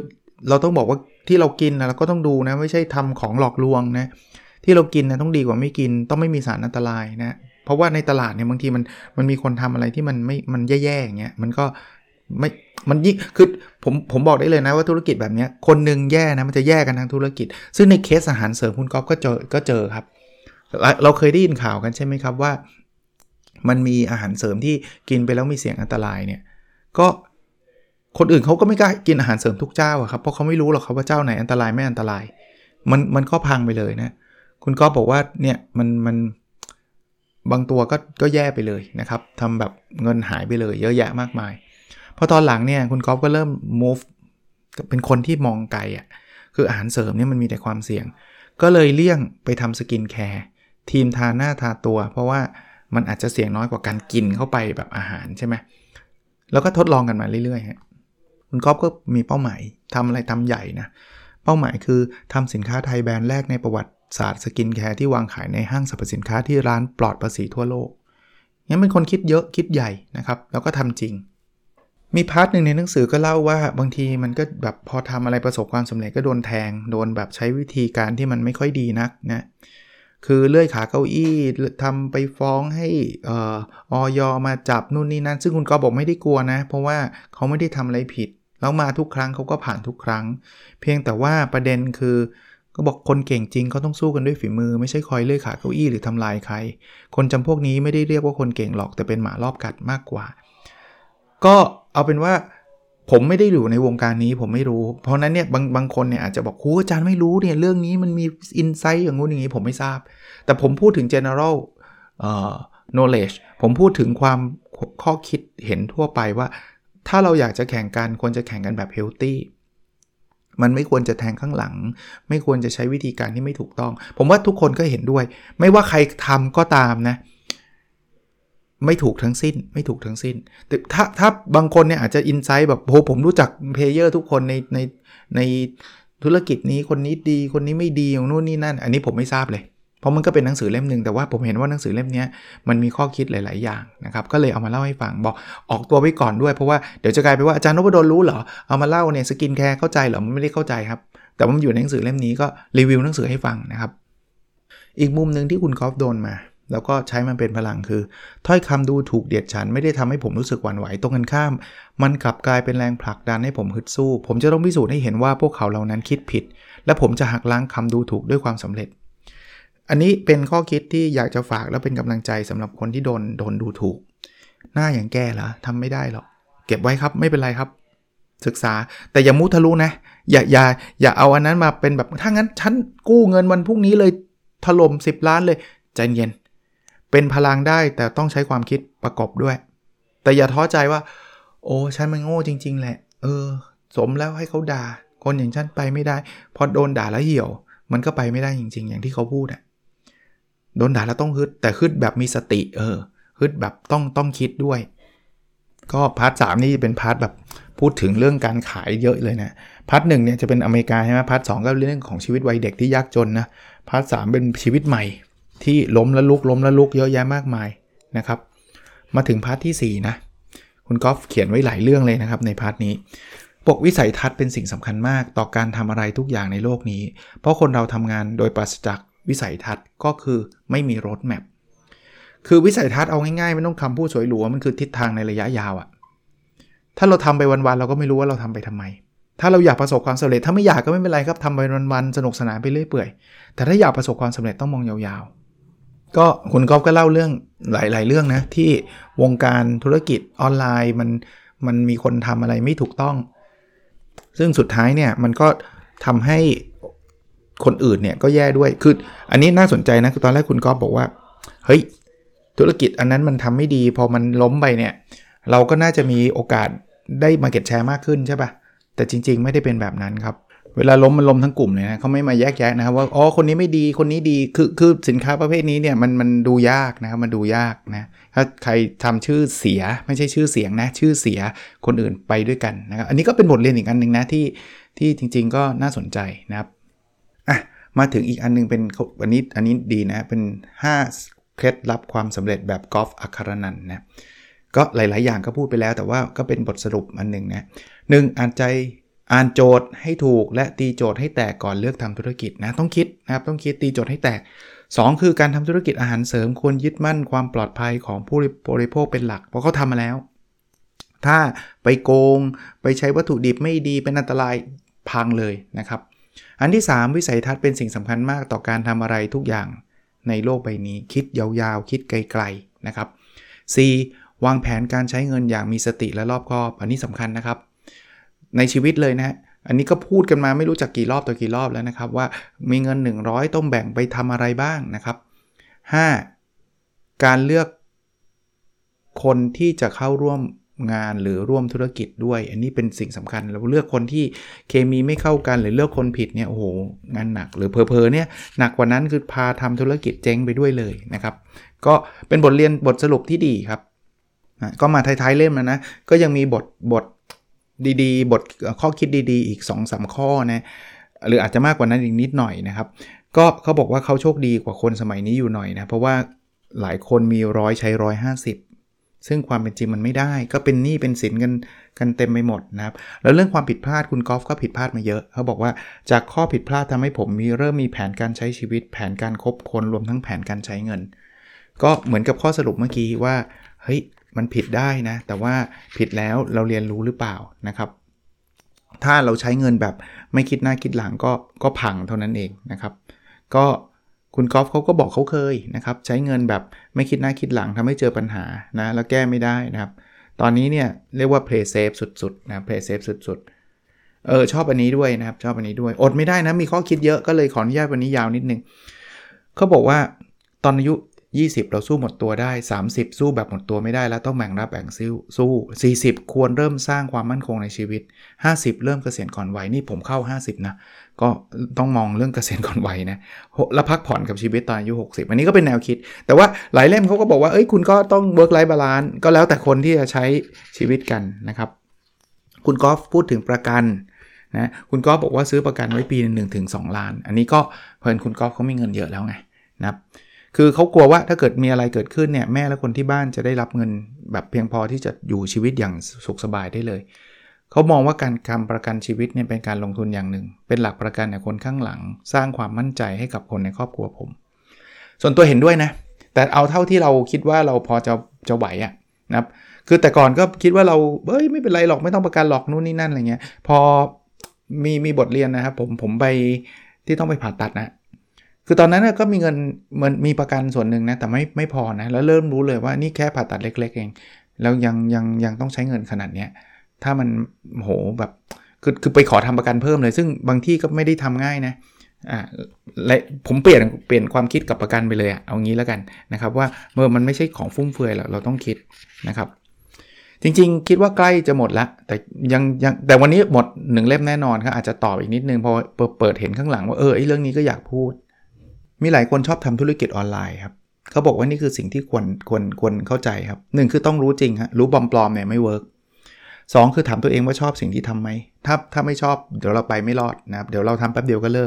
เราต้องบอกว่าที่เรากินนะเราก็ต้องดูนะไม่ใช่ทำของหลอกลวงนะที่เรากินนะต้องดีกว่าไม่กินต้องไม่มีสารอันตรายนะเพราะว่าในตลาดเนี่ยบางทีมันมีคนทำอะไรที่มันแย่ๆอย่างเงี้ยมันก็ไม่มันยิ่งคือผมบอกได้เลยนะว่าธุรกิจแบบนี้คนนึงแย่นะมันจะแย่กันทั้งธุรกิจซึ่งในเคสอาหารเสริมคุณก๊อฟก็เจอครับเราเคยได้ยินข่าวกันใช่ไหมครับว่ามันมีอาหารเสริมที่กินไปแล้วมีเสี่ยงอันตรายเนี่ยก็คนอื่นเขาก็ไม่กล้ากินอาหารเสริมทุกเจ้าครับเพราะเขาไม่รู้หรอกครับว่าเจ้าไหนอันตรายไม่อันตรายมันก็พังไปเลยนะคุณก๊อฟบอกว่าเนี่ยมันบางตัวก็แย่ไปเลยนะครับทำแบบเงินหายไปเลยเยอะแยะมากมายพอตอนหลังเนี่ยคุณก๊อฟก็เริ่ม move เป็นคนที่มองไกลคืออาหารเสริมเนี่ยมันมีแต่ความเสี่ยงก็เลยเลี่ยงไปทำสกินแคร์ทีมทาหน้าทาตัวเพราะว่ามันอาจจะเสี่ยงน้อยกว่าการกินเข้าไปแบบอาหารใช่ไหมแล้วก็ทดลองกันมาเรื่อยๆฮะคุณก๊อฟก็มีเป้าหมายทำอะไรทำใหญ่นะเป้าหมายคือทำสินค้าไทยแบรนด์แรกในประวัติศาสตร์สกินแคร์ที่วางขายในห้างสรรพสินค้าที่ร้านปลอดภาษีทั่วโลกงั้นเป็นคนคิดเยอะคิดใหญ่นะครับแล้วก็ทำจริงมีพาร์ทนึงในหนังสือก็เล่าว่าบางทีมันก็แบบพอทำอะไรประสบความสำเร็จก็โดนแทงโดนแบบใช้วิธีการที่มันไม่ค่อยดีนักนะคือเลื่อยขาเก้าอี้ทำไปฟ้องให้อย.มาจับนู่นนี่นั่นซึ่งคุณก็บอกไม่ได้กลัวนะเพราะว่าเขาไม่ได้ทำอะไรผิดแล้วมาทุกครั้งเขาก็ผ่านทุกครั้งเพียงแต่ว่าประเด็นคือก็บอกคนเก่งจริงเขาต้องสู้กันด้วยฝีมือไม่ใช่คอยเลื่อยขาเก้าอี้หรือทำลายใครคนจำพวกนี้ไม่ได้เรียกว่าคนเก่งหรอกแต่เป็นหมารอบกัดมากกว่าก็เอาเป็นว่าผมไม่ได้อยู่ในวงการนี้ผมไม่รู้เพราะนั้นเนี่ยบางคนเนี่ยอาจจะบอกโหอาจารย์ไม่รู้เนี่ยเรื่องนี้มันมีอินไซต์อย่างงู้นอย่างนี้ผมไม่ทราบแต่ผมพูดถึง general knowledge ผมพูดถึงความข้อคิดเห็นทั่วไปว่าถ้าเราอยากจะแข่งกันควรจะแข่งกันแบบ healthy มันไม่ควรจะแทงข้างหลังไม่ควรจะใช้วิธีการที่ไม่ถูกต้องผมว่าทุกคนก็เห็นด้วยไม่ว่าใครทำก็ตามนะไม่ถูกทั้งสิ้นแต่ถ้าบางคนเนี่ยอาจจะอินไซต์แบบโหผมรู้จักเพลเยอร์ทุกคนในธุรกิจนี้คนนี้ดีคนนี้ไม่ดีอย่างนู้นนี่นั่นอันนี้ผมไม่ทราบเลยเพราะมันก็เป็นหนังสือเล่มนึงแต่ว่าผมเห็นว่าหนังสือเล่มนี้มันมีข้อคิดหลายๆอย่างนะครับก็เลยเอามาเล่าให้ฟังบอกออกตัวไว้ก่อนด้วยเพราะว่าเดี๋ยวจะกลายเป็นว่าอาจารย์นพดลรู้เหรอเอามาเล่าเนี่ยสกินแคร์เข้าใจเหรอมันไม่ได้เข้าใจครับแต่ว่ามันอยู่ในหนังสือเล่มนี้ก็รีวิวหนังสือให้ฟังนะครับอีกมุมนึงที่คุณกอล์ฟโดนมาแล้วก็ใช้มันเป็นพลังคือถ้อยคำดูถูกเดียดฉันไม่ได้ทำให้ผมรู้สึกหวั่นไหวตรงกันข้ามมันกลับกลายเป็นแรงผลักดันให้ผมฮึดสู้ผมจะต้องพิสูจน์ให้เห็นว่าพวกเขาเหล่านั้นคิดผิดและผมจะหักล้างคำดูถูกด้วยความสำเร็จอันนี้เป็นข้อคิดที่อยากจะฝากและเป็นกำลังใจสำหรับคนที่โดนดูถูกหน้าอย่างแกเหรอทำไม่ได้หรอกเก็บไว้ครับไม่เป็นไรครับศึกษาแต่อย่ามุทะลุนะอย่าเอาอันนั้นมาเป็นแบบถ้างั้นฉันกู้เงินวันพรุ่งนี้เลยถล่ม10 ล้านเลยใจเย็นเป็นพลังได้แต่ต้องใช้ความคิดประกอบด้วยแต่อย่าท้อใจว่าโอ้ฉันมันโง่จริงๆแหละสมแล้วให้เขาด่าคนอย่างฉันไปไม่ได้พอโดนด่าแล้วเหี่ยวมันก็ไปไม่ได้จริงๆอย่างที่เขาพูดโดนด่าแล้วต้องฮึดแต่ฮึดแบบมีสติฮึดแบบต้องคิดด้วยก็พาร์ท 3นี่เป็นพาร์ทแบบพูดถึงเรื่องการขายเยอะเลยนะพาร์ท 1เนี่ยจะเป็นอเมริกาใช่ไหมพาร์ท 2ก็เรื่องของชีวิตวัยเด็กที่ยากจนนะพาร์ท 3เป็นชีวิตใหม่ที่ล้มแล้วลุกเยอะแยะมากมายนะครับมาถึงพาร์ทที่4นะคุณกอล์ฟเขียนไว้หลายเรื่องเลยนะครับในพาร์ทนี้บอกวิสัยทัศน์เป็นสิ่งสำคัญมากต่อการทำอะไรทุกอย่างในโลกนี้เพราะคนเราทำงานโดยปราศจากวิสัยทัศน์ก็คือไม่มีโรดแมพคือวิสัยทัศน์เอาง่ายๆไม่ต้องคำพูดสวยหรูมันคือทิศทางในระยะยาวถ้าเราทำไปวันๆเราก็ไม่รู้ว่าเราทำไปทำไมถ้าเราอยากประสบความสำเร็จถ้าไม่อยากก็ไม่เป็นไรครับทำไปวันๆสนุกสนานไปเรื่อยเปื่อยแต่ถ้าอยากประสบความสำเร็จต้องมองยาวๆก็คุณก๊อฟก็เล่าเรื่องหลายๆเรื่องนะที่วงการธุรกิจออนไลน์มันมีคนทำอะไรไม่ถูกต้องซึ่งสุดท้ายเนี่ยมันก็ทำให้คนอื่นเนี่ยก็แย่ด้วยคืออันนี้น่าสนใจนะคือตอนแรกคุณก๊อฟบอกว่าเฮ้ยธุรกิจอันนั้นมันทำไม่ดีพอมันล้มไปเนี่ยเราก็น่าจะมีโอกาสได้ market share มากขึ้นใช่ป่ะแต่จริงๆไม่ได้เป็นแบบนั้นครับเวลาล้มมันล้มทั้งกลุ่มเลยนะเขาไม่มาแยกแยะนะครับว่าอ๋อคนนี้ไม่ดีคนนี้ดีคือสินค้าประเภทนี้เนี่ยมันดูยากนะครับมันดูยากนะถ้าใครทำชื่อเสียไม่ใช่ชื่อเสียงนะชื่อเสียคนอื่นไปด้วยกันนะครับอันนี้ก็เป็นบทเรียนอีกอันนึงนะที่จริงๆก็น่าสนใจนะครับมาถึงอีกอันนึงเป็นอันนี้ดีนะเป็น5เคล็ดลับความสำเร็จแบบกอล์ฟอัครนันท์นะก็หลายๆอย่างก็พูดไปแล้วแต่ว่าก็เป็นบทสรุปอันนึงนะ1อ่านใจอ่านโจทย์ให้ถูกและตีโจทย์ให้แตกก่อนเลือกทำธุรกิจนะต้องคิดนะครับต้องคิดตีโจทย์ให้แตก2คือการทำธุรกิจอาหารเสริมควรยึดมั่นความปลอดภัยของผู้บริโภคเป็นหลักเพราะเขาทำมาแล้วถ้าไปโกงไปใช้วัตถุดิบไม่ดีเป็นอันตรายพังเลยนะครับอันที่3วิสัยทัศน์เป็นสิ่งสำคัญมากต่อการทำอะไรทุกอย่างในโลกใบนี้คิดยาวๆคิดไกลๆนะครับ 4. วางแผนการใช้เงินอย่างมีสติและรอบคอบอันนี้สำคัญนะครับในชีวิตเลยนะอันนี้ก็พูดกันมาไม่รู้จักกี่รอบต่อกี่รอบแล้วนะครับว่ามีเงิน100ต้องแบ่งไปทำอะไรบ้างนะครับ 5. การเลือกคนที่จะเข้าร่วมงานหรือร่วมธุรกิจด้วยอันนี้เป็นสิ่งสำคัญเราเลือกคนที่เคมีไม่เข้ากันหรือเลือกคนผิดเนี่ยโอ้โหงานหนักหรือเพอเนี่ยหนักกว่านั้นคือพาทำธุรกิจเจ๊งไปด้วยเลยนะครับก็เป็นบทเรียนบทสรุปที่ดีครับก็มาท้ายๆเล่มนะก็ยังมีบทดีๆบทข้อคิดดีๆอีก 2-3 ข้อนะหรืออาจจะมากกว่านั้นอีกนิดหน่อยนะครับก็เขาบอกว่าเขาโชคดีกว่าคนสมัยนี้อยู่หน่อยนะเพราะว่าหลายคนมี100ใช้150ซึ่งความเป็นจริงมันไม่ได้ก็เป็นหนี้เป็นสินกันเต็มไปหมดนะครับแล้วเรื่องความผิดพลาดคุณกอล์ฟก็ผิดพลาดมาเยอะเขาบอกว่าจากข้อผิดพลาดทำให้ผมเริ่มมีแผนการใช้ชีวิตแผนการคบคนรวมทั้งแผนการใช้เงินก็เหมือนกับข้อสรุปเมื่อกี้ว่าเฮ้ยมันผิดได้นะแต่ว่าผิดแล้วเราเรียนรู้หรือเปล่านะครับถ้าเราใช้เงินแบบไม่คิดหน้าคิดหลังก็พังเท่านั้นเองนะครับก็คุณกอล์ฟเขาก็บอกเขาเคยนะครับใช้เงินแบบไม่คิดหน้าคิดหลังทำให้เจอปัญหานะแล้วแก้ไม่ได้นะครับตอนนี้เนี่ยเรียกว่า play safe สุดๆนะ play safe สุดๆชอบอันนี้ด้วยนะครับชอบอันนี้ด้วยอดไม่ได้นะมีข้อคิดเยอะก็เลยขออนุญาตวันนี้ยาวนิดนึงเขาบอกว่าตอนอายุ20เราสู้หมดตัวได้30สู้แบบหมดตัวไม่ได้แล้วต้องแบ่งรับแบ่งสู้40ควรเริ่มสร้างความมั่นคงในชีวิต50เริ่มเกษียณก่อนวัยนี่ผมเข้า50นะก็ต้องมองเรื่องเกษียณก่อนวัยนะแล้วพักผ่อนกับชีวิตตอนอายุ60อันนี้ก็เป็นแนวคิดแต่ว่าหลายเล่มเขาก็บอกว่าคุณก็ต้อง work life balance ก็แล้วแต่คนที่จะใช้ชีวิตกันนะครับคุณกอล์ฟพูดถึงประกันนะคุณกอล์ฟบอกว่าซื้อประกันไว้ปีนึง 1-2 ล้านอันนี้ก็เพิ่นคุณกอล์ฟเขามีเงินเยอะแล้วไงนะครับคือเขากลัวว่าถ้าเกิดมีอะไรเกิดขึ้นเนี่ยแม่และคนที่บ้านจะได้รับเงินแบบเพียงพอที่จะอยู่ชีวิตอย่างสุขสบายได้เลยเขามองว่าการทำประกันชีวิตเนี่ยเป็นการลงทุนอย่างหนึ่งเป็นหลักประกันในคนข้างหลังสร้างความมั่นใจให้กับคนในครอบครัวผมส่วนตัวเห็นด้วยนะแต่เอาเท่าที่เราคิดว่าเราพอจะไหวอะนะครับคือแต่ก่อนก็คิดว่าเราไม่เป็นไรหรอกไม่ต้องประกันหรอกนู่นนี่นั่นอะไรเงี้ยพอมีบทเรียนนะครับผมไปที่ต้องไปผ่าตัดนะคือตอนนั้นก็มีเงินมันมีประกันส่วนหนึ่งนะแต่ไม่พอนะแล้วเริ่มรู้เลยว่านี่แค่ผ่าตัดเล็กๆเองแล้วยังต้องใช้เงินขนาดเนี้ยถ้ามันโหแบบคือไปขอทำประกันเพิ่มเลยซึ่งบางที่ก็ไม่ได้ทำง่ายนะและผมเปลี่ยนความคิดกับประกันไปเลยเอางี้แล้วกันนะครับว่ามันไม่ใช่ของฟุ่มเฟือยเราต้องคิดนะครับจริงๆคิดว่าใกล้จะหมดแล้วแต่ยังแต่วันนี้หมด1เล่มแน่นอนครับอาจจะตอบอีกนิดนึงพอเปิดเห็นข้างหลังว่าไอ้เรื่องนี้ก็อยากพูดมีหลายคนชอบทำธุรกิจออนไลน์ครับเขาบอกว่านี่คือสิ่งที่ควรเข้าใจครับ1คือต้องรู้จริงฮะรู้ปลอมๆเนี่ยไม่เวิร์ก2คือถามตัวเองว่าชอบสิ่งที่ทำไหมถ้าไม่ชอบเดี๋ยวเราไปไม่รอดนะครับเดี๋ยวเราทำแป๊บเดียวก็เลิก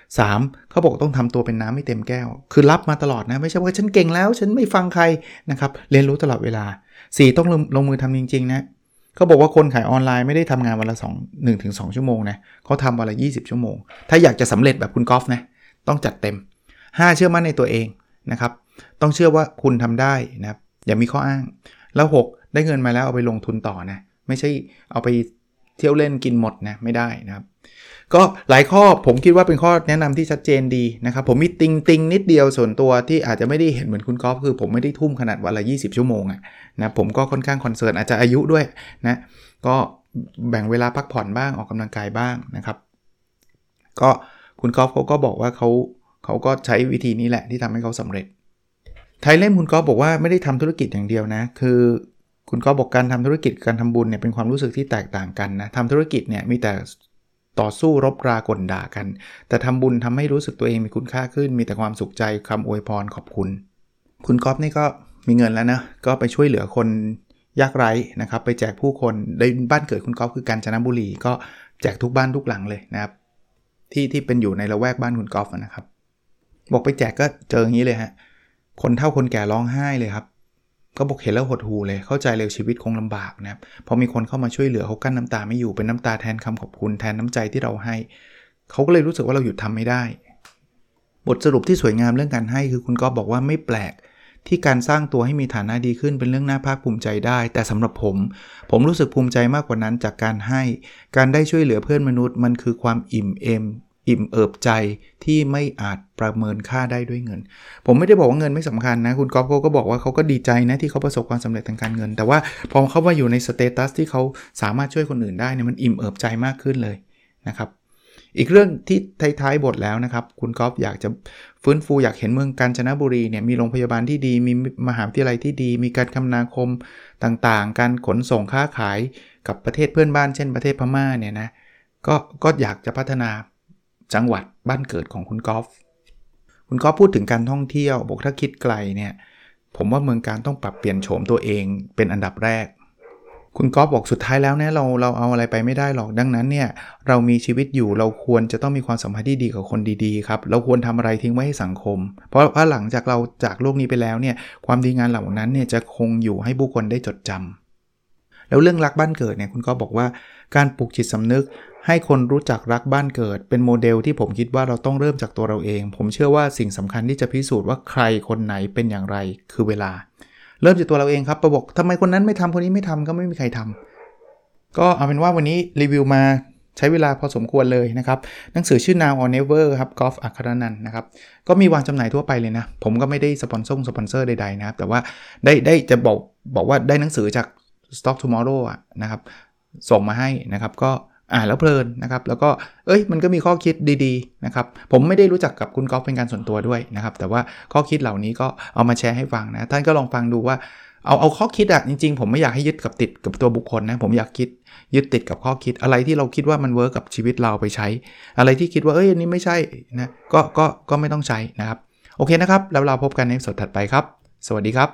3เขาบอกต้องทำตัวเป็นน้ำไม่เต็มแก้วคือรับมาตลอดนะไม่ใช่ว่าฉันเก่งแล้วฉันไม่ฟังใครนะครับเรียนรู้ตลอดเวลา4ต้องลงมือทำจริงๆนะเขาบอกว่าคนขายออนไลน์ไม่ได้ทำงานวันละ1-2 ชั่วโมงนะเขาทำวันละ20 ชั่วโมงถ้าอยากจะสำเร็จแบบคุณกอล์ฟนะต้องจัดเต็ม5เชื่อมั่นในตัวเองนะครับต้องเชื่อว่าคุณทำได้นะครับอย่ามีข้ออ้างแล้ว6ได้เงินมาแล้วเอาไปลงทุนต่อนะไม่ใช่เอาไปเที่ยวเล่นกินหมดนะไม่ได้นะครับก็หลายข้อผมคิดว่าเป็นข้อแนะนำที่ชัดเจนดีนะครับผมมีติงนิดเดียวส่วนตัวที่อาจจะไม่ได้เห็นเหมือนคุณกอล์ฟคือผมไม่ได้ทุ่มขนาดวันละ20 ชั่วโมงนะผมก็ค่อนข้างคอนเซิร์นอาจจะอายุด้วยนะก็แบ่งเวลาพักผ่อนบ้างออกกำลังกายบ้างนะครับก็คุณกอล์ฟเขาก็บอกว่าเขาก็ใช้วิธีนี้แหละที่ทำให้เขาสำเร็จไทยเล่มคุณกอล์ฟบอกว่าไม่ได้ทำธุรกิจอย่างเดียวนะคือคุณก็บอกการทำธุรกิจการทำบุญเนี่ยเป็นความรู้สึกที่แตกต่างกันนะทำธุรกิจเนี่ยมีแต่ต่อสู้รบรากลด่ากันแต่ทำบุญทำให้รู้สึกตัวเองมีคุณค่าขึ้นมีแต่ความสุขใจคำอวยพรขอบคุณคุณก๊อฟนี่ก็มีเงินแล้วนะก็ไปช่วยเหลือคนยากไร้นะครับไปแจกผู้คนในบ้านเกิดคุณก๊อฟคือกาญจนบุรีก็แจกทุกบ้านทุกหลังเลยนะครับที่เป็นอยู่ในละแวกบ้านคุณก๊อฟนะครับบอกไปแจกก็เจออย่างนี้เลยฮะคนเฒ่าคนแก่ร้องไห้เลยครับก็บอกเห็นแล้วหดหู่เลยเข้าใจเลยชีวิตคงลำบากนะครับพอมีคนเข้ามาช่วยเหลือเขากั้นน้ำตาไม่อยู่เป็นน้ำตาแทนคำขอบคุณแทนน้ำใจที่เราให้เขาก็เลยรู้สึกว่าเราหยุดทำไม่ได้บทสรุปที่สวยงามเรื่องการให้คือคุณก๊อฟบอกว่าไม่แปลกที่การสร้างตัวให้มีฐานะดีขึ้นเป็นเรื่องน่าภาคภูมิใจได้แต่สำหรับผมรู้สึกภูมิใจมากกว่านั้นจากการให้การได้ช่วยเหลือเพื่อนมนุษย์มันคือความอิ่มเอิบใจที่ไม่อาจประเมินค่าได้ด้วยเงินผมไม่ได้บอกว่าเงินไม่สำคัญนะคุณก๊อฟเขาก็บอกว่าเขาก็ดีใจนะที่เขาประสบความสำเร็จทางการเงินแต่ว่าพอเขามาอยู่ในสเตตัสที่เขาสามารถช่วยคนอื่นได้เนี่ยมันอิ่มเอิบใจมากขึ้นเลยนะครับอีกเรื่องที่ท้ายๆบทแล้วนะครับคุณก๊อฟอยากจะฟื้นฟูอยากเห็นเมืองกาญจนบุรีเนี่ยมีโรงพยาบาลที่ดีมีมหาวิทยาลัยที่ดีมีการคมนาคมต่างๆการขนส่งค้าขายกับประเทศเพื่อนบ้านเช่นประเทศพม่าเนี่ยนะก็อยากจะพัฒนาจังหวัดบ้านเกิดของคุณก๊อฟพูดถึงการท่องเที่ยวบอกถ้าคิดไกลเนี่ยผมว่าเมืองการต้องปรับเปลี่ยนโฉมตัวเองเป็นอันดับแรกคุณก๊อฟบอกสุดท้ายแล้วเนี่ยเราเอาอะไรไปไม่ได้หรอกดังนั้นเนี่ยเรามีชีวิตอยู่เราควรจะต้องมีความสัมพันธ์ที่ดีกับคนดีๆครับเราควรทำอะไรทิ้งไว้ให้สังคมเพราะหลังจากเราจากโลกนี้ไปแล้วเนี่ยความดีงามเหล่านั้นเนี่ยจะคงอยู่ให้ผู้คนได้จดจำแล้วเรื่องรักบ้านเกิดเนี่ยคุณก๊อฟบอกว่าการปลูกจิตสำนึกให้คนรู้จักรักบ้านเกิดเป็นโมเดลที่ผมคิดว่าเราต้องเริ่มจากตัวเราเองผมเชื่อว่าสิ่งสำคัญที่จะพิสูจน์ว่าใครคนไหนเป็นอย่างไรคือเวลาเริ่มจากตัวเราเองครับบอกทำไมคนนั้นไม่ทำคนนี้ไม่ทำก็ไม่มีใครทำก็เอาเป็นว่าวันนี้รีวิวมาใช้เวลาพอสมควรเลยนะครับหนังสือชื่อ Now or Never ครับกอล์ฟอัครนันท์นะครับก็มีวางจำหน่ายทั่วไปเลยนะผมก็ไม่ได้สปอนเซอร์ใดๆนะครับแต่ว่าได้จะบอกว่าได้หนังสือจาก Stock Tomorrow นะครับส่งมาให้นะครับก็อ่านแล้วเพลินนะครับแล้วก็มันก็มีข้อคิดดีๆนะครับผมไม่ได้รู้จักกับคุณก๊อฟเป็นการส่วนตัวด้วยนะครับแต่ว่าข้อคิดเหล่านี้ก็เอามาแชร์ให้ฟังนะท่านก็ลองฟังดูว่าเอาข้อคิดจริงๆผมไม่อยากให้ยึดติดกับตัวบุคคลนะผมอยากยึดติดกับข้อคิดอะไรที่เราคิดว่ามันเวิร์กกับชีวิตเราไปใช้อะไรที่คิดว่าอันนี้ไม่ใช่นะก็ไม่ต้องใช้นะครับโอเคนะครับแล้วเราพบกันในสดถัดไปครับสวัสดีครับ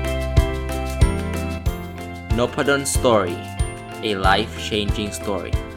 Nopadon Story, a life-changing story.